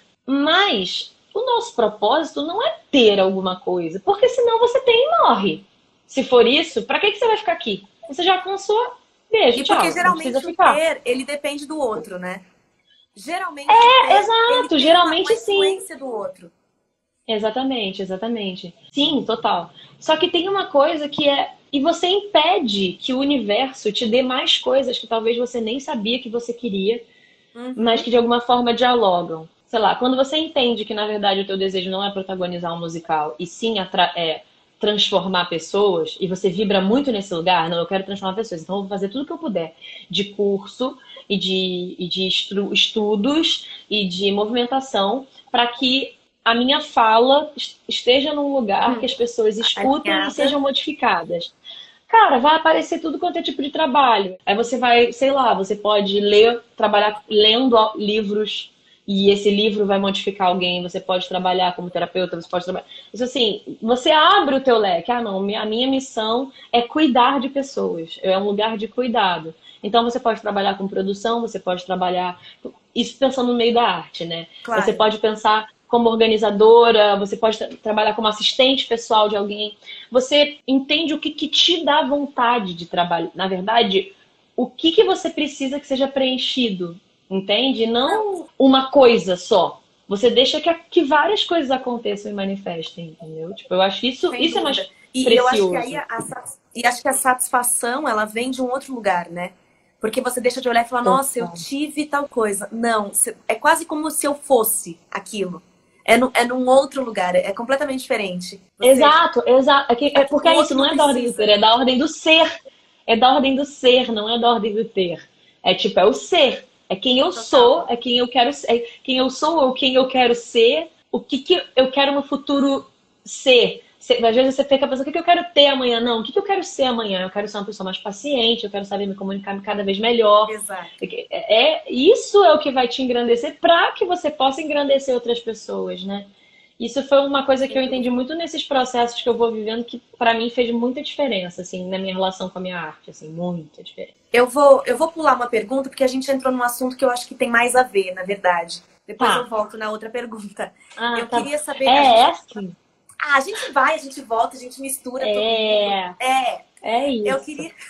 Mas o nosso propósito não é ter alguma coisa, porque senão você tem e morre. Se for isso, para que, que você vai ficar aqui? Você já alcançou, beijo, E porque tchau, não precisa geralmente o ficar. ter, ele depende do outro, né? Geralmente o É, ter, ele exato, tem uma, uma geralmente sim. influência do outro. Exatamente, exatamente. Sim, total. Só que tem uma coisa que é. E você impede que o universo te dê mais coisas que talvez você nem sabia que você queria, mas Uhum. que de alguma forma dialogam. Sei lá, quando você entende que na verdade o teu desejo não é protagonizar um musical, e sim atra- é, transformar pessoas, e você vibra muito nesse lugar, não, eu quero transformar pessoas, então eu vou fazer tudo que eu puder de curso e de, e de estru- estudos e de movimentação para que a minha fala esteja num lugar que Hum. as pessoas escutem e Alinhada. sejam modificadas. Cara, vai aparecer tudo quanto é tipo de trabalho. Aí você vai, sei lá, você pode ler, trabalhar lendo livros e esse livro vai modificar alguém. Você pode trabalhar como terapeuta, você pode trabalhar. Isso assim, você abre o teu leque. Ah, não, a minha missão é cuidar de pessoas. É um lugar de cuidado. Então você pode trabalhar com produção, você pode trabalhar. Isso pensando no meio da arte, né? Você Claro. pode pensar como organizadora, você pode tra- trabalhar como assistente pessoal de alguém. Você entende o que, que te dá vontade de trabalhar. Na verdade, o que, que você precisa que seja preenchido, entende? Não, Não uma coisa só. Você deixa que, que várias coisas aconteçam e manifestem, entendeu? Tipo, eu acho isso, sem isso é dúvida. mais E, e eu acho que aí precioso. a, a sat- e acho que a satisfação, ela vem de um outro lugar, né? Porque você deixa de olhar e falar, nossa, eu Total. tive tal coisa. Não, cê- é quase como se eu fosse aquilo. É, no, é num outro lugar, é completamente diferente. Você, Exato, exato. É, que- é porque o é isso, outro não não é da ordem do ter, precisa. é da ordem do ser. É da ordem do ser, não é da ordem do ter. É tipo, é o ser. É quem eu sou, Total. é quem eu quero ser, é quem eu sou ou quem eu quero ser, o que, que eu quero no futuro ser. Cê- Às vezes você fica pensando, o que, que eu quero ter amanhã? Não, o que, que eu quero ser amanhã? Eu quero ser uma pessoa mais paciente, eu quero saber me comunicar cada vez melhor. Exato. É, é- isso é o que vai te engrandecer para que você possa engrandecer outras pessoas, né? Isso foi uma coisa que Sem eu entendi dúvida. muito nesses processos que eu vou vivendo, que para mim fez muita diferença, assim, na minha relação com a minha arte, assim, muita diferença. Eu vou, eu vou pular uma pergunta, porque a gente entrou num assunto que eu acho que tem mais a ver, na verdade. Depois eu Tá. volto na outra pergunta. Ah, Eu tá. queria saber, a É, gente, é assim. ah, a gente vai, a gente volta, a gente mistura todo mundo. É, É, é eu isso. queria,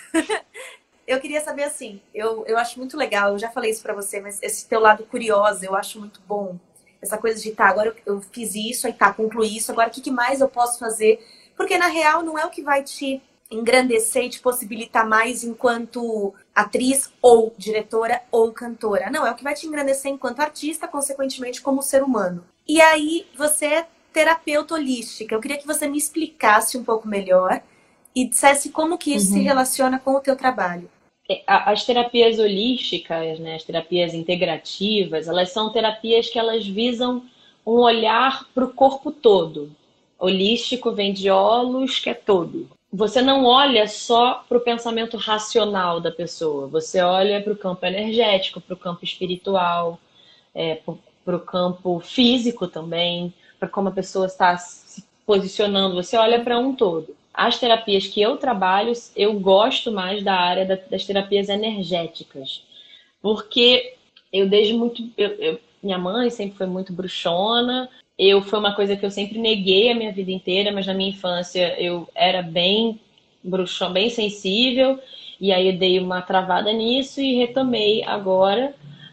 eu queria saber assim, eu, eu acho muito legal, eu já falei isso pra você, mas esse teu lado curioso, eu acho muito bom. Essa coisa de, tá, agora eu, eu fiz isso, aí tá, concluí isso, agora o que, que mais eu posso fazer? Porque na real não é o que vai te engrandecer e te possibilitar mais enquanto atriz ou diretora ou cantora. Não, é o que vai te engrandecer enquanto artista, consequentemente como ser humano. E aí você é terapeuta holística. Eu queria que você me explicasse um pouco melhor e dissesse como que isso se Uhum. relaciona com o teu trabalho. É, a- As terapias holísticas, né, as terapias integrativas, elas são terapias que elas visam um olhar para o corpo todo. Holístico vem de holos, que é todo. Você não olha só para o pensamento racional da pessoa, você olha para o campo energético, para o campo espiritual, é, para o campo físico também, para como a pessoa está se posicionando. Você olha para um todo. As terapias que eu trabalho, eu gosto mais da área da- das terapias energéticas, porque eu desde muito. Eu- eu- minha mãe sempre foi muito bruxona. Eu foi uma coisa que eu sempre neguei a minha vida inteira, mas na minha infância eu era bem bruxona, bem sensível. E aí eu dei uma travada nisso e retomei agora.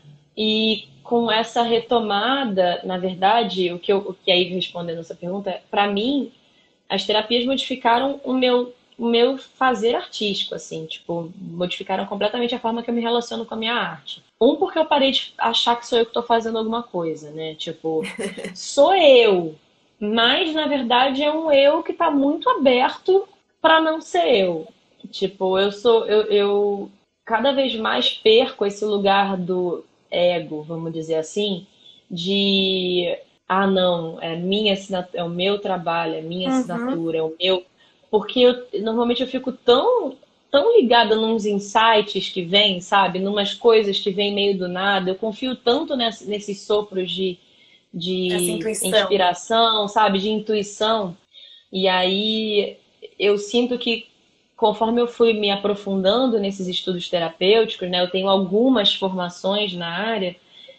E com essa retomada, na verdade, o que, eu, o que aí respondendo essa pergunta, para mim, as terapias modificaram o meu, o meu fazer artístico, assim, tipo, modificaram completamente a forma que eu me relaciono com a minha arte. Um, porque eu parei de achar que sou eu que estou fazendo alguma coisa, né? Tipo, sou eu. Mas, na verdade, é um eu que está muito aberto para não ser eu. Tipo, eu sou, eu, eu cada vez mais perco esse lugar do ego, vamos dizer assim, de ah, não, é minha assinatura, é o meu trabalho, é minha Uhum. assinatura, é o meu. Porque eu, normalmente eu fico tão, tão ligada nos insights que vêm, sabe? Numas coisas que vêm meio do nada. Eu confio tanto ness- nesses sopros de, Essa de intuição, né? inspiração, sabe? De intuição. E aí eu sinto que conforme eu fui me aprofundando nesses estudos terapêuticos, né? Eu tenho algumas formações na área,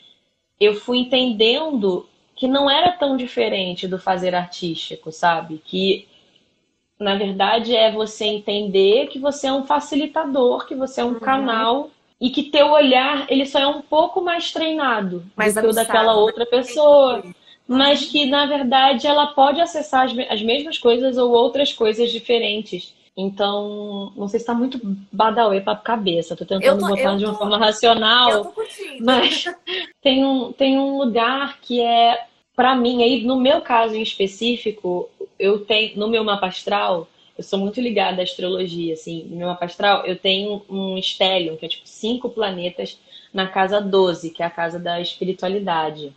eu fui entendendo que não era tão diferente do fazer artístico, sabe? Que na verdade é você entender que você é um facilitador, que você é um Uhum. canal e que teu olhar ele só é um pouco mais treinado do Mais que o daquela aguçado, né? outra pessoa, mas Uhum. que na verdade ela pode acessar as, me- as mesmas coisas ou outras coisas diferentes. Então, não sei se está muito badauê para cabeça. Estou Eu tentando tô, botar eu de uma tô, forma eu racional, tô curtindo. mas tem um, tem um lugar que é, para mim, aí no meu caso em específico, eu tenho, no meu mapa astral, eu sou muito ligada à astrologia, assim, no meu mapa astral, eu tenho um stellium, que é tipo cinco planetas na casa doze, que é a casa da espiritualidade.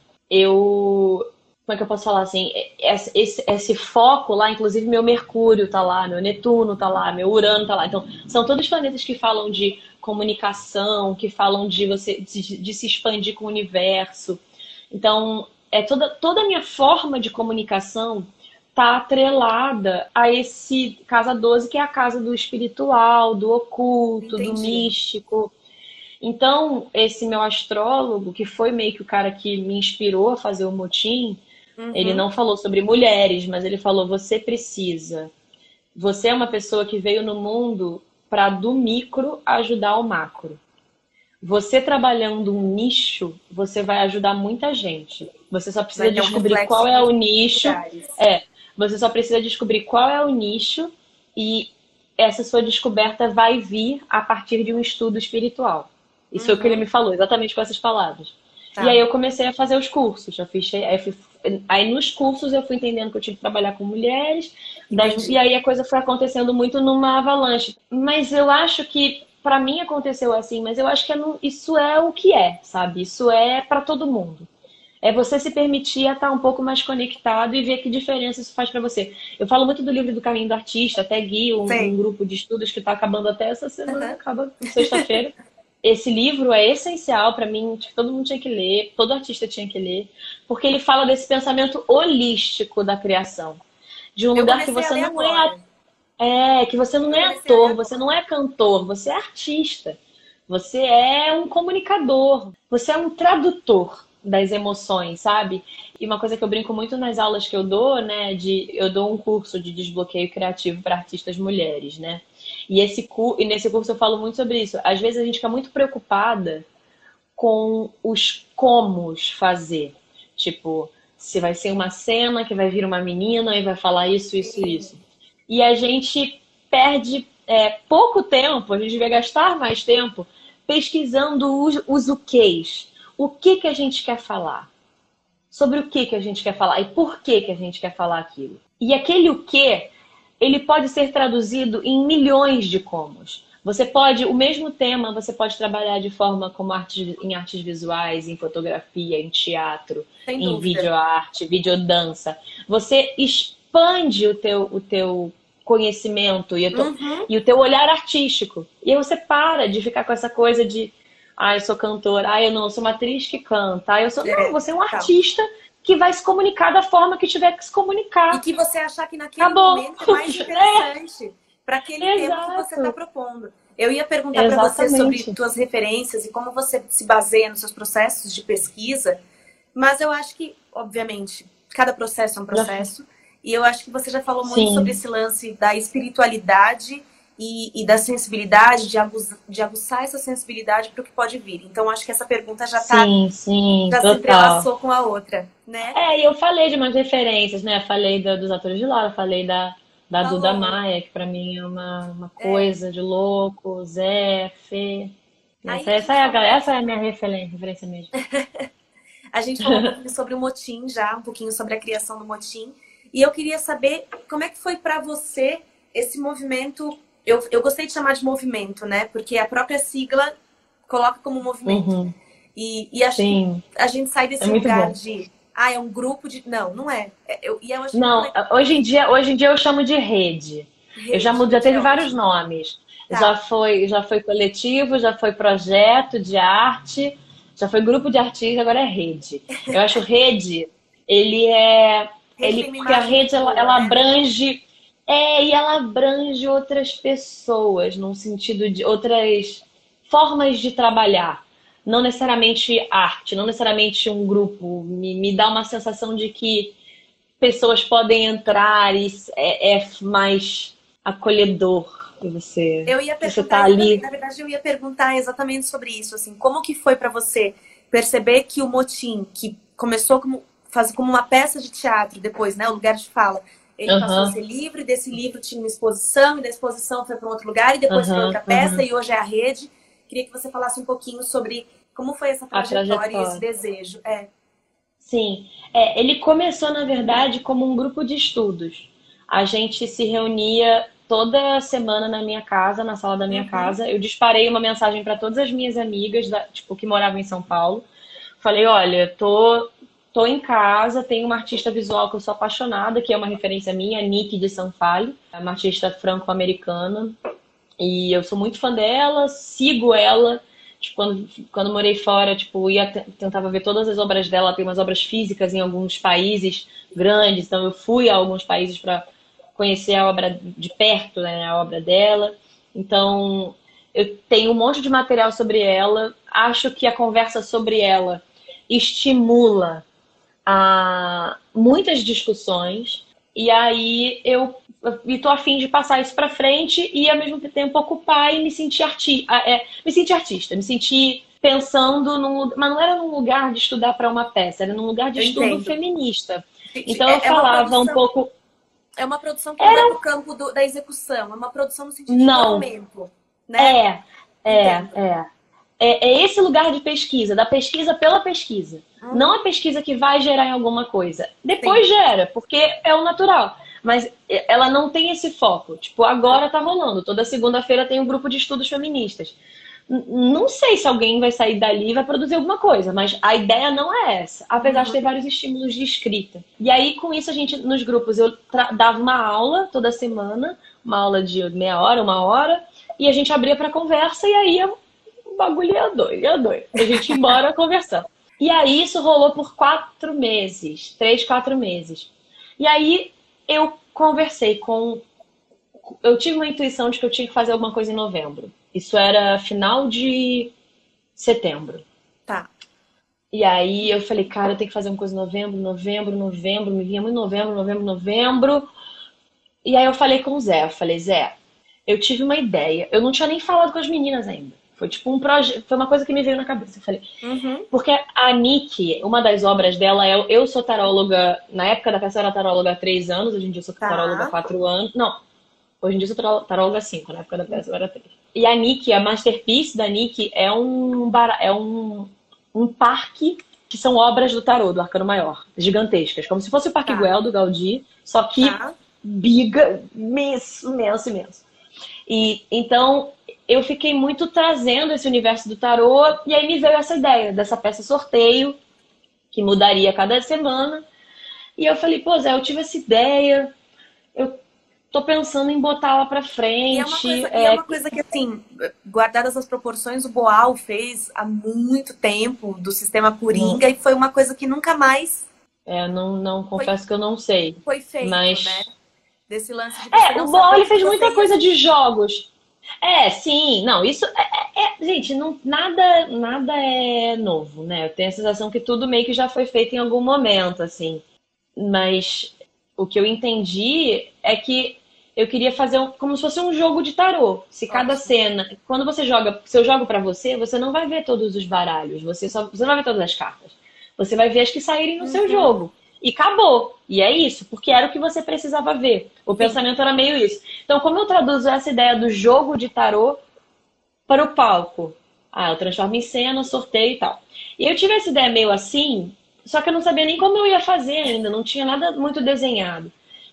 Eu, como é que eu posso falar assim, esse, esse, esse foco lá, inclusive meu Mercúrio tá lá, meu Netuno tá lá, meu Urano tá lá. Então, são todos planetas que falam de comunicação, que falam de você de, de se expandir com o universo. Então, é toda, toda a minha forma de comunicação está atrelada a esse casa doze, que é a casa do espiritual, do oculto, do Entendi. místico. Então, esse meu astrólogo, que foi meio que o cara que me inspirou a fazer o motim, ele Uhum. não falou sobre mulheres, mas ele falou: você precisa. Você é uma pessoa que veio no mundo para do micro ajudar o macro. Você trabalhando um nicho, você vai ajudar muita gente. Você só Vai precisa ter um descobrir reflexo qual em é o muitos nicho. lugares. É, você só precisa descobrir qual é o nicho e essa sua descoberta vai vir a partir de um estudo espiritual. Isso foi o que ele Uhum. me falou, exatamente com essas palavras. E aí Tá. eu comecei a fazer os cursos. Eu fiz, aí, eu fui- aí nos cursos eu fui entendendo que eu tinha que trabalhar com mulheres, das- e Entendi. aí a coisa foi acontecendo muito numa avalanche. Mas eu acho que para mim aconteceu assim, mas eu acho que é no- isso é o que é, sabe? Isso é para todo mundo. É você se permitir a estar um pouco mais conectado e ver que diferença isso faz para você. Eu falo muito do livro do Caminho do Artista, até guio um, um Sei. grupo de estudos que está acabando até essa semana, Aham. acaba sexta-feira. Esse livro é essencial para mim, tipo, todo mundo tinha que ler, todo artista tinha que ler, porque ele fala desse pensamento holístico da criação, de um Eu lugar que comecei a você ler não é, agora. é que você não Eu é comecei a ler ator, você não agora. é cantor, você é artista. Você é um comunicador, você é um tradutor das emoções, sabe? E uma coisa que eu brinco muito nas aulas que eu dou, né, de eu dou um curso de desbloqueio criativo para artistas mulheres, né? E esse cu- e nesse curso eu falo muito sobre isso. Às vezes a gente fica muito preocupada com os comos fazer. Tipo, se vai ser uma cena que vai vir uma menina e vai falar isso, isso, isso. E a gente perde é, pouco tempo, a gente vai gastar mais tempo pesquisando os, os o quês. O que que a gente quer falar? Sobre o que que a gente quer falar e por que que a gente quer falar aquilo. E aquele o que, ele pode ser traduzido em milhões de comos. Você pode, o mesmo tema, você pode trabalhar de forma como arte, em artes visuais, em fotografia, em teatro, Sem em dúvida. videoarte, videodança. Você expande o teu, o teu conhecimento e o, teu, Uhum. e o teu olhar artístico. E aí você para de ficar com essa coisa de ah, eu sou cantora, ah, eu não, eu sou uma atriz que canta, ah, eu sou. Não, É, você é um total. artista que vai se comunicar da forma que tiver que se E comunicar. que você achar que naquele Acabou. momento é mais interessante para aquele tema que você está Exato. propondo. Eu ia perguntar para você sobre Exatamente. tuas referências e como você se baseia nos seus processos de pesquisa, mas eu acho que, obviamente, cada processo é um Já... processo, e eu acho que você já falou muito sobre Sim, esse lance da espiritualidade e, e da sensibilidade, de, aguçar, de aguçar essa sensibilidade para o que pode vir. Então, acho que essa pergunta já tá, sim, sim, já se total. entrelaçou com a outra, né? É, e eu falei de umas referências, né? Falei da- dos atores de Lara, falei da, da Duda Falou. Maia, que pra mim é uma, uma É. coisa de louco, Zé, Fê. Aí Essa, a essa, gente é, a, falou um gal- essa é a pouquinho. minha referência, referência mesmo. A gente falou um pouquinho sobre o motim já, um pouquinho sobre a criação do motim. E eu queria saber como é que foi para você esse movimento. Eu, eu gostei de chamar de movimento, né? Porque a própria sigla coloca como movimento. Uhum. E, e acho Sim, que a gente sai é desse muito lugar bom. de, ah, é um grupo de. Não, não é. É, Eu, e eu acho muito Não, legal. hoje em dia, hoje em dia eu chamo de rede. Eu já Rede, mudei, já rede é teve vários ótimo. nomes. Já Tá. foi, já foi coletivo, já foi projeto de arte, já foi grupo de artistas, agora é rede. Eu acho rede, ele é, Rede ele tem uma porque a imagem rede muito ela, boa, ela né? abrange, é, e ela abrange outras pessoas, num sentido de outras formas de trabalhar. Não necessariamente arte, não necessariamente um grupo. Me, me dá uma sensação de que pessoas podem entrar e é, é mais acolhedor. E você, Eu ia você perguntar tá exatamente, ali. na verdade, eu ia perguntar exatamente sobre isso, assim, como que foi para você perceber que o motim, que começou como faz como uma peça de teatro depois, né, o lugar de fala, ele passou a Aham, ser livre, desse livro tinha uma exposição, e da exposição foi para um outro lugar, e depois foi aham, outra peça, aham. e hoje é a rede. Queria que você falasse um pouquinho sobre como foi essa A trajetória e esse trajetória. desejo. É. Sim, é, ele começou, na verdade, como um grupo de estudos. A gente se reunia toda semana na minha casa, na sala da minha Uhum. casa. Eu disparei uma mensagem para todas as minhas amigas, da- tipo, que moravam em São Paulo. Falei, olha, tô, tô em casa, tem uma artista visual que eu sou apaixonada, que é uma referência minha, a Nick de Sanfalio, é uma artista franco-americana. E eu sou muito fã dela, sigo ela. Tipo, quando, quando morei fora, tipo, ia tentava ver todas as obras dela. Ela tem umas obras físicas em alguns países grandes, então eu fui a alguns países para conhecer a obra de perto, né, a obra dela. Então, eu tenho um monte de material sobre ela. Acho que a conversa sobre ela estimula a muitas discussões. E aí eu estou a fim de passar isso para frente e ao mesmo tempo ocupar e me sentir arti é, me sentir artista, me sentir pensando num, mas não era num lugar de estudar para uma peça, era num lugar de Eu estudo entendo. feminista. Gente, Então eu É é uma falava um produção, pouco, é uma produção que não vai era para o campo do- da execução, é uma produção no sentido de não, movimento, né? é, é, Entendo. é. É, é esse lugar de pesquisa, da pesquisa pela pesquisa. Não Uhum. a pesquisa que vai gerar em alguma coisa. Sim. Depois gera, porque é o natural. Mas ela não tem esse foco. Tipo, agora tá rolando. Toda segunda-feira tem um grupo de estudos feministas. N- Não sei se alguém vai sair dali e vai produzir alguma coisa, mas a ideia não é essa. Apesar de Uhum. ter vários estímulos de escrita. E aí, com isso, a gente, nos grupos, eu tra- dava uma aula toda semana, uma aula de meia hora, uma hora, e a gente abria para conversa, e aí eu o bagulho ia doido, ia doido. A gente ia embora conversando. E aí isso rolou por quatro meses, três, quatro meses. E aí eu conversei com. Eu tive uma intuição de que eu tinha que fazer alguma coisa em novembro. Isso era final de setembro. Tá. E aí eu falei, cara, eu tenho que fazer uma coisa em novembro, novembro, novembro. Me vinha muito novembro, novembro, novembro. E aí eu falei com o Zé. Eu falei, Zé, eu tive uma ideia. Eu não tinha nem falado com as meninas ainda. Foi tipo um projeto, foi uma coisa que me veio na cabeça. Eu falei, Uhum. porque a Nick, uma das obras dela é eu sou taróloga, na época da peça eu era taróloga há três anos, hoje em dia eu sou taróloga há Tá. quatro anos. Não, hoje em dia eu sou taróloga há cinco, na época da peça eu era três. E a Nick, a masterpiece da Nick é um bara- é um, um parque que são obras do tarô, do Arcano Maior, gigantescas, como se fosse o Parque Tá. Güell do Gaudí, só que Tá. biga, imenso, imenso, imenso. E então eu fiquei muito trazendo esse universo do tarô, e aí me veio essa ideia dessa peça sorteio, que mudaria cada semana. E eu falei, pô, Zé, eu tive essa ideia, eu tô pensando em botá-la pra E é uma frente. coisa, e é É, uma coisa que, assim, guardadas as proporções, o Boal fez há muito tempo do sistema não, Coringa e foi uma coisa que nunca mais é, não, não foi, confesso que eu não sei. foi feito, né? Mas. Desse lance de você É, não o Boal saber o ele que que fez você muita ia coisa de assistir. jogos. É, sim, não, isso é, é- é- gente, não, nada, nada é novo, né? Eu tenho a sensação que tudo meio que já foi feito em algum momento, assim. Mas o que eu entendi é que eu queria fazer um- como se fosse um jogo de tarô. Se cada Ótimo. cena, quando você joga, se eu jogo pra você, você não vai ver todos os baralhos, você só, você não vai ver todas as cartas. Você vai ver as que saírem no seu Uhum. jogo. E acabou. E é isso, porque era o que você precisava ver. O Sim. pensamento era meio isso. Então, como eu traduzo essa ideia do jogo de tarô para o palco? Ah, eu transformo em cena, sorteio e tal. E eu tive essa ideia meio assim, só que eu não sabia nem como eu ia fazer ainda, não tinha nada muito desenhado.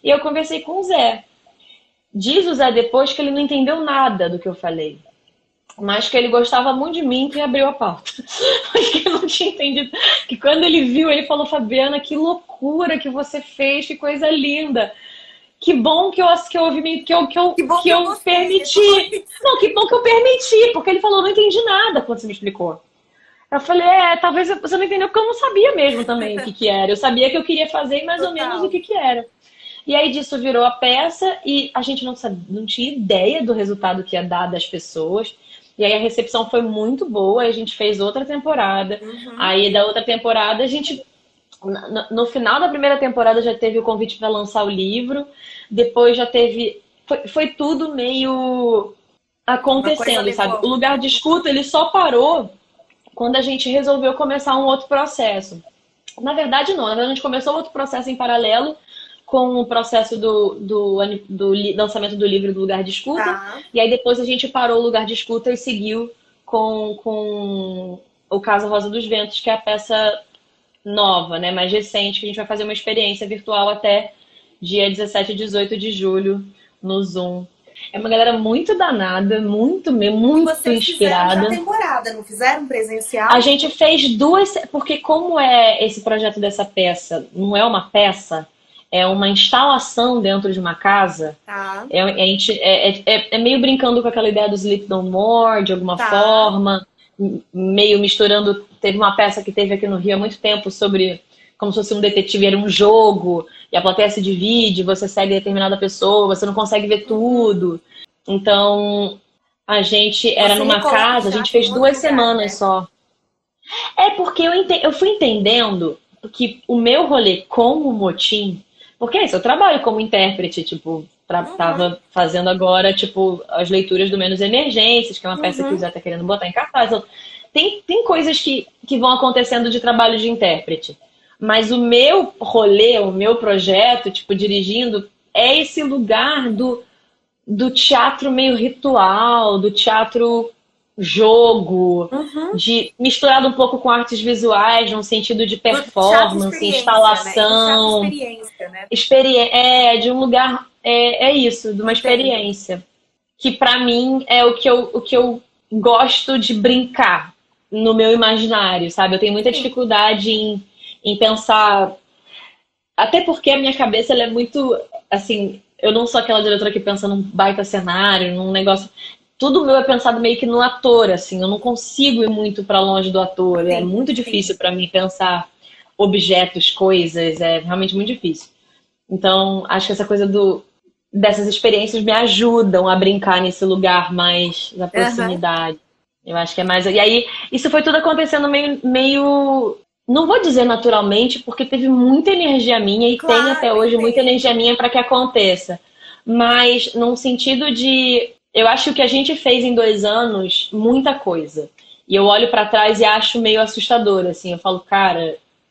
E eu conversei com o Zé. Diz o Zé depois que ele não entendeu nada do que eu falei. Mas que ele gostava muito de mim que abriu a pauta. Mas que eu não tinha entendido. Que quando ele viu, ele falou, Fabiana, que loucura que você fez, que coisa linda. Que bom que eu, que eu ouvi, que eu, que eu, que que, que eu eu permiti. Não, que bom que eu permiti, porque ele falou, não entendi nada quando você me explicou. Eu falei, é, talvez você não entendeu, porque eu não sabia mesmo também o que que era. Eu sabia que eu queria fazer mais Total. ou menos o que que era. E aí disso virou a peça e a gente não, sabia, não tinha ideia do resultado que ia dar das pessoas. E aí a recepção foi muito boa, a gente fez outra temporada. Uhum. Aí da outra temporada a gente... No, no final da primeira temporada já teve o convite para lançar o livro. Depois já teve... Foi, foi tudo meio acontecendo, sabe? O Lugar de Escuta, ele só parou quando a gente resolveu começar um outro processo. Na verdade, não. Na verdade, a gente começou outro processo em paralelo com o processo do, do, do lançamento do livro do Lugar de Escuta. Ah. E aí depois a gente parou o Lugar de Escuta e seguiu com, com o Casa Rosa dos Ventos, que é a peça nova, né, mais recente, que a gente vai fazer uma experiência virtual até dia dezessete e dezoito de julho no Zoom. É uma galera muito danada, muito, muito Vocês inspirada. Fizeram já temporada, não fizeram presencial? A gente fez duas, porque como é esse projeto dessa peça, não é uma peça, é uma instalação dentro de uma casa. Tá. É, a gente, é, é, é meio brincando com aquela ideia do Sleep No More, de alguma tá. forma, meio misturando. Teve uma peça que teve aqui no Rio há muito tempo sobre como se fosse um detetive, era um jogo, e a plateia se divide, você segue determinada pessoa, você não consegue ver tudo. Então, a gente era você numa casa, a gente fez duas lugar, semanas né? só. É porque eu, ente... eu fui entendendo que o meu rolê como motim, porque é isso, eu trabalho como intérprete, tipo, pra... uhum. tava fazendo agora, tipo, as leituras do Menos Emergências, que é uma peça uhum. que o Zé tá querendo botar em cartaz. Então, tem, tem coisas que, que vão acontecendo de trabalho de intérprete. Mas o meu rolê, o meu projeto, tipo, dirigindo, é esse lugar do, do teatro meio ritual, do teatro jogo, uhum. de, misturado um pouco com artes visuais, no sentido de performance, instalação. Né? Experiência, né? Experi é, de um lugar, é, é isso, de uma experiência. Que pra mim é o que eu, o que eu gosto de brincar no meu imaginário, sabe? Eu tenho muita dificuldade em em pensar, até porque a minha cabeça ela é muito, assim, eu não sou aquela diretora que pensa num baita cenário, num negócio, tudo meu é pensado meio que no ator, assim, eu não consigo ir muito pra longe do ator, sim, é muito difícil pra mim pensar objetos, coisas, é realmente muito difícil. Então, acho que essa coisa do, dessas experiências me ajudam a brincar nesse lugar mais da proximidade. Uhum. Eu acho que é mais... E aí, isso foi tudo acontecendo meio... meio não vou dizer naturalmente, porque teve muita energia minha e claro, tem até hoje tem. muita energia minha para que aconteça. Mas num sentido de... Eu acho que a gente fez em dois anos muita coisa. E eu olho para trás e acho meio assustador, assim. Eu falo, cara,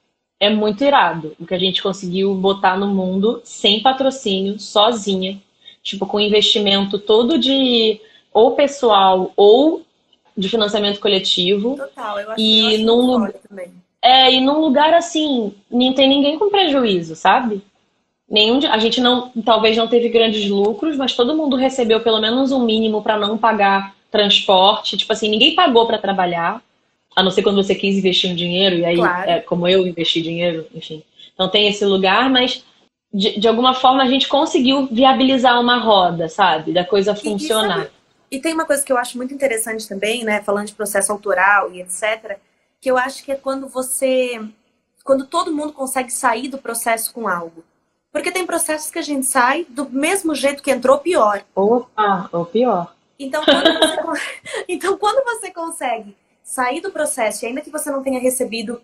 é muito irado o que a gente conseguiu botar no mundo sem patrocínio, sozinha. Tipo, com investimento todo de ou pessoal ou de financiamento coletivo. Total, eu acho, e eu acho num lugar também. É, e num lugar assim, não tem ninguém com prejuízo, sabe? Nenhum de... A gente não, talvez não teve grandes lucros, mas todo mundo recebeu pelo menos um mínimo para não pagar transporte. Tipo assim, ninguém pagou para trabalhar, a não ser quando você quis investir um dinheiro, e aí, claro. é, como eu investi dinheiro, enfim. Então tem esse lugar, mas de, de alguma forma a gente conseguiu viabilizar uma roda, sabe? Da coisa funcionar. E, e, sabe, e tem uma coisa que eu acho muito interessante também, né? Falando de processo autoral e etcétera, que eu acho que é quando você... Quando todo mundo consegue sair do processo com algo. Porque tem processos que a gente sai do mesmo jeito que entrou, pior. Opa, ou pior. Então quando, você... então, quando você consegue sair do processo, e ainda que você não tenha recebido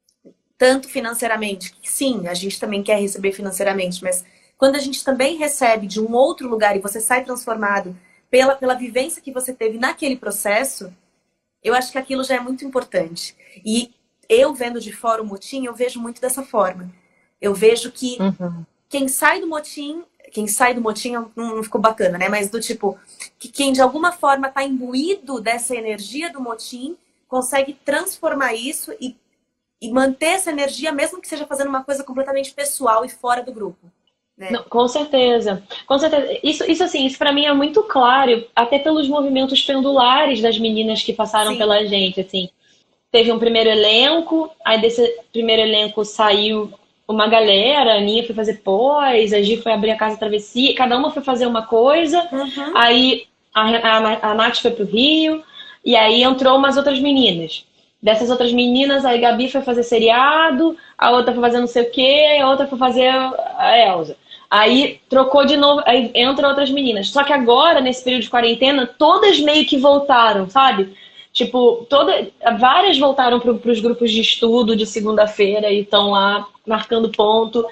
tanto financeiramente, sim, a gente também quer receber financeiramente, mas quando a gente também recebe de um outro lugar e você sai transformado pela, pela vivência que você teve naquele processo, eu acho que aquilo já é muito importante. E eu, vendo de fora o motim, eu vejo muito dessa forma. Eu vejo que uhum. quem sai do motim... Quem sai do motim não, não ficou bacana, né? Mas do tipo... Que quem de alguma forma está imbuído dessa energia do motim consegue transformar isso e, e manter essa energia, mesmo que seja fazendo uma coisa completamente pessoal e fora do grupo. né? Não, com certeza, com certeza. Isso, isso assim, isso para mim é muito claro, até pelos movimentos pendulares das meninas que passaram Sim. pela gente, assim. Teve um primeiro elenco, aí desse primeiro elenco saiu uma galera, a Aninha foi fazer pós, a Gi foi abrir a Casa Travessia, cada uma foi fazer uma coisa, Uhum. aí a, a, a Nath foi pro Rio, e aí entrou umas outras meninas. Dessas outras meninas, aí a Gabi foi fazer seriado, a outra foi fazer não sei o quê, a outra foi fazer a Elza. Aí trocou de novo, aí entra outras meninas. Só que agora, nesse período de quarentena, todas meio que voltaram, sabe? Tipo, toda, várias voltaram para os grupos de estudo de segunda-feira e estão lá marcando ponto.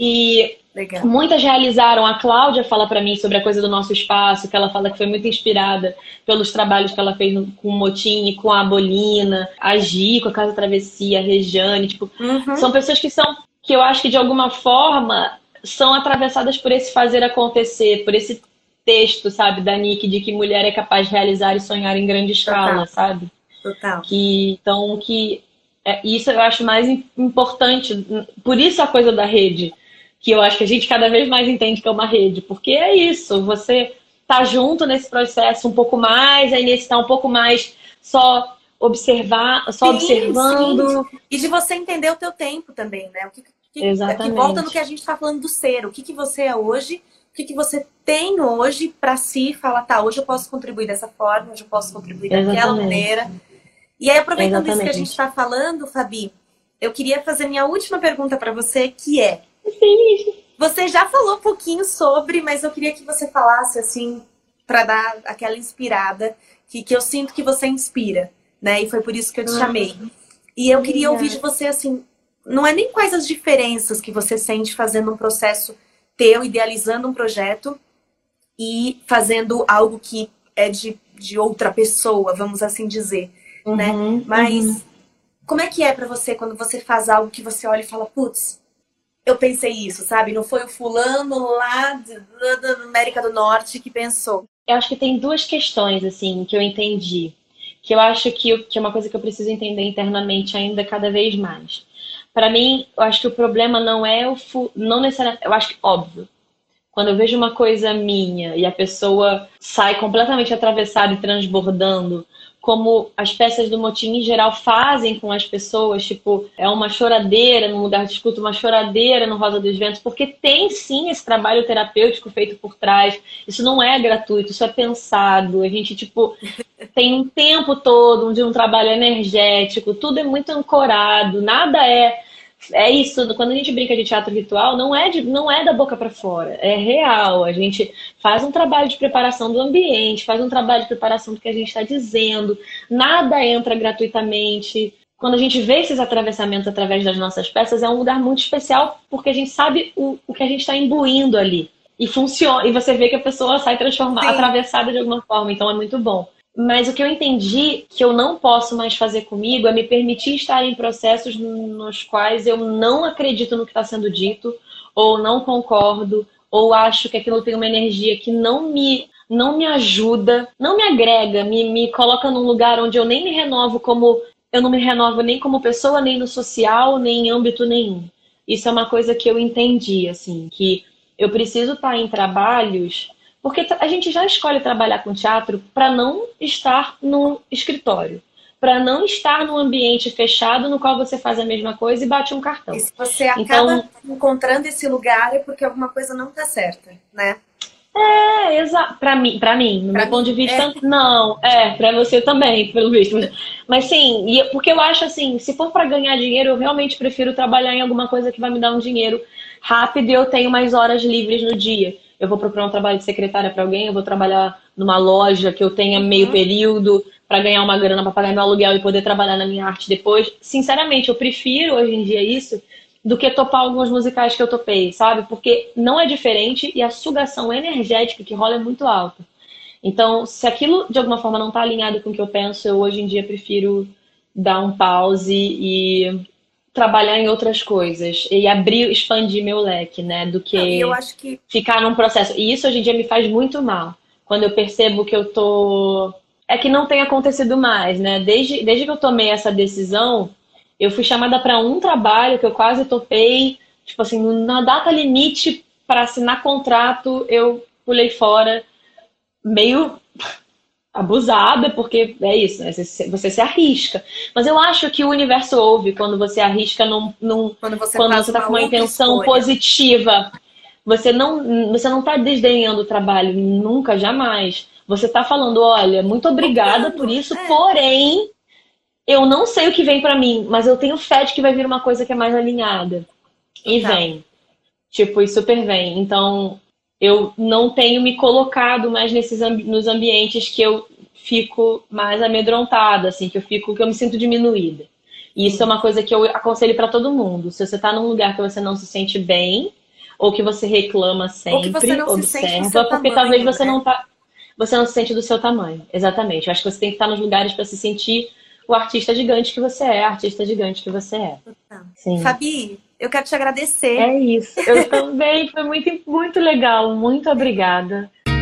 E Legal. muitas realizaram. A Cláudia fala para mim sobre a coisa do nosso espaço, que ela fala que foi muito inspirada pelos trabalhos que ela fez no, com o Motini, com a Bolina, a Gi, com a Casa Travessia, a Rejane. Tipo, Uhum. são pessoas que são, que eu acho que de alguma forma são atravessadas por esse fazer acontecer, por esse texto, sabe, da Nick, de que mulher é capaz de realizar e sonhar em grande escala, Total. sabe? Total. Que, então, que é, isso eu acho mais importante. Por isso a coisa da rede, que eu acho que a gente cada vez mais entende que é uma rede, porque é isso, você tá junto nesse processo um pouco mais, aí nesse tá um pouco mais só observar, só Sim, observando. sim. E de você entender o teu tempo também, né? O que, que, que Exatamente. volta no que a gente está falando do ser. O que, que você é hoje, o que, que você tem hoje para si falar, tá, hoje eu posso contribuir dessa forma, hoje eu posso contribuir daquela Exatamente. maneira. E aí, aproveitando isso que a Exatamente. gente está falando, Fabi, eu queria fazer minha última pergunta para você, que é... Sim. Você já falou um pouquinho sobre, mas eu queria que você falasse, assim, para dar aquela inspirada, que, que eu sinto que você inspira, né? E foi por isso que eu te chamei. E eu queria ouvir de você, assim, não é nem quais as diferenças que você sente fazendo um processo teu, idealizando um projeto e fazendo algo que é de, de outra pessoa, vamos assim dizer, Uhum, né? Mas uhum. como é que é pra você quando você faz algo que você olha e fala, putz, eu pensei isso, sabe? Não foi o fulano lá de, da América do Norte que pensou. Eu acho que tem duas questões, assim, que eu entendi. Que eu acho que, eu, que é uma coisa que eu preciso entender internamente ainda cada vez mais. Para mim, eu acho que o problema não é o... Fu... Não necessariamente... Eu acho que, óbvio, quando eu vejo uma coisa minha e a pessoa sai completamente atravessada e transbordando, como as peças do Motim em geral fazem com as pessoas, tipo, é uma choradeira no lugar de escuta, uma choradeira no Rosa dos Ventos, porque tem sim esse trabalho terapêutico feito por trás. Isso não é gratuito, isso é pensado. A gente, tipo, tem um tempo todo de um trabalho energético, tudo é muito ancorado, nada é... É isso, quando a gente brinca de teatro ritual, não é, de, não é da boca para fora, é real. A gente faz um trabalho de preparação do ambiente, faz um trabalho de preparação do que a gente está dizendo, nada entra gratuitamente. Quando a gente vê esses atravessamentos através das nossas peças, é um lugar muito especial, porque a gente sabe o, o que a gente está imbuindo ali. E funciona, e você vê que a pessoa sai transformada, atravessada de alguma forma, então é muito bom. Mas o que eu entendi que eu não posso mais fazer comigo é me permitir estar em processos nos quais eu não acredito no que está sendo dito, ou não concordo, ou acho que aquilo tem uma energia que não me, não me ajuda, não me agrega, me, me coloca num lugar onde eu nem me renovo como... Eu não me renovo nem como pessoa, nem no social, nem em âmbito nenhum. Isso é uma coisa que eu entendi, assim, que eu preciso estar em trabalhos... Porque a gente já escolhe trabalhar com teatro para não estar no escritório. Para não estar num ambiente fechado no qual você faz a mesma coisa e bate um cartão. E se você acaba então, encontrando esse lugar é porque alguma coisa não está certa, né? É, exato. Para mim, para mim, no pra meu mim, ponto de vista, é. não. É, para você também, pelo visto. Mas sim, e porque eu acho assim, se for para ganhar dinheiro, eu realmente prefiro trabalhar em alguma coisa que vai me dar um dinheiro rápido e eu tenho mais horas livres no dia. Eu vou procurar um trabalho de secretária para alguém, eu vou trabalhar numa loja que eu tenha meio período para ganhar uma grana para pagar meu aluguel e poder trabalhar na minha arte depois. Sinceramente, eu prefiro hoje em dia isso do que topar alguns musicais que eu topei, sabe? Porque não é diferente e a sugação energética que rola é muito alta. Então, se aquilo de alguma forma não está alinhado com o que eu penso, eu hoje em dia prefiro dar um pause e trabalhar em outras coisas e abrir, expandir meu leque, né? Do que, Não, eu acho que ficar num processo. E isso hoje em dia me faz muito mal. Quando eu percebo que eu tô... É que não tem acontecido mais, né? Desde, desde que eu tomei essa decisão, eu fui chamada para um trabalho que eu quase topei, tipo assim, na data limite para assinar contrato, eu pulei fora meio abusada, porque é isso, né? Você, você se arrisca. Mas eu acho que o universo ouve quando você arrisca num, num, Quando você quando faz você tá uma com uma outra intenção escolha. positiva. Você não, você não tá desdenhando o trabalho, nunca, jamais. Você tá falando, olha, muito obrigada por Optando, isso, é. porém, eu não sei o que vem pra mim, mas eu tenho fé de que vai vir uma coisa que é mais alinhada. E Total. vem. Tipo, e super vem. Então, eu não tenho me colocado mais nesses ambi- nos ambientes que eu fico mais amedrontada, assim, que eu fico, que eu me sinto diminuída. E isso é Sim. uma coisa que eu aconselho pra todo mundo. Se você tá num lugar que você não se sente bem, ou que você reclama Ou que você sempre, não se sente do observa, seu porque talvez tamanho, você né? não tá, você não se sente do seu tamanho. Exatamente. Eu acho que você tem que estar nos lugares para se sentir o artista gigante que você é, a artista gigante que você é. Tá. Sim. Fabi, eu quero te agradecer. É isso. Eu também. Foi muito, muito legal. Muito obrigada.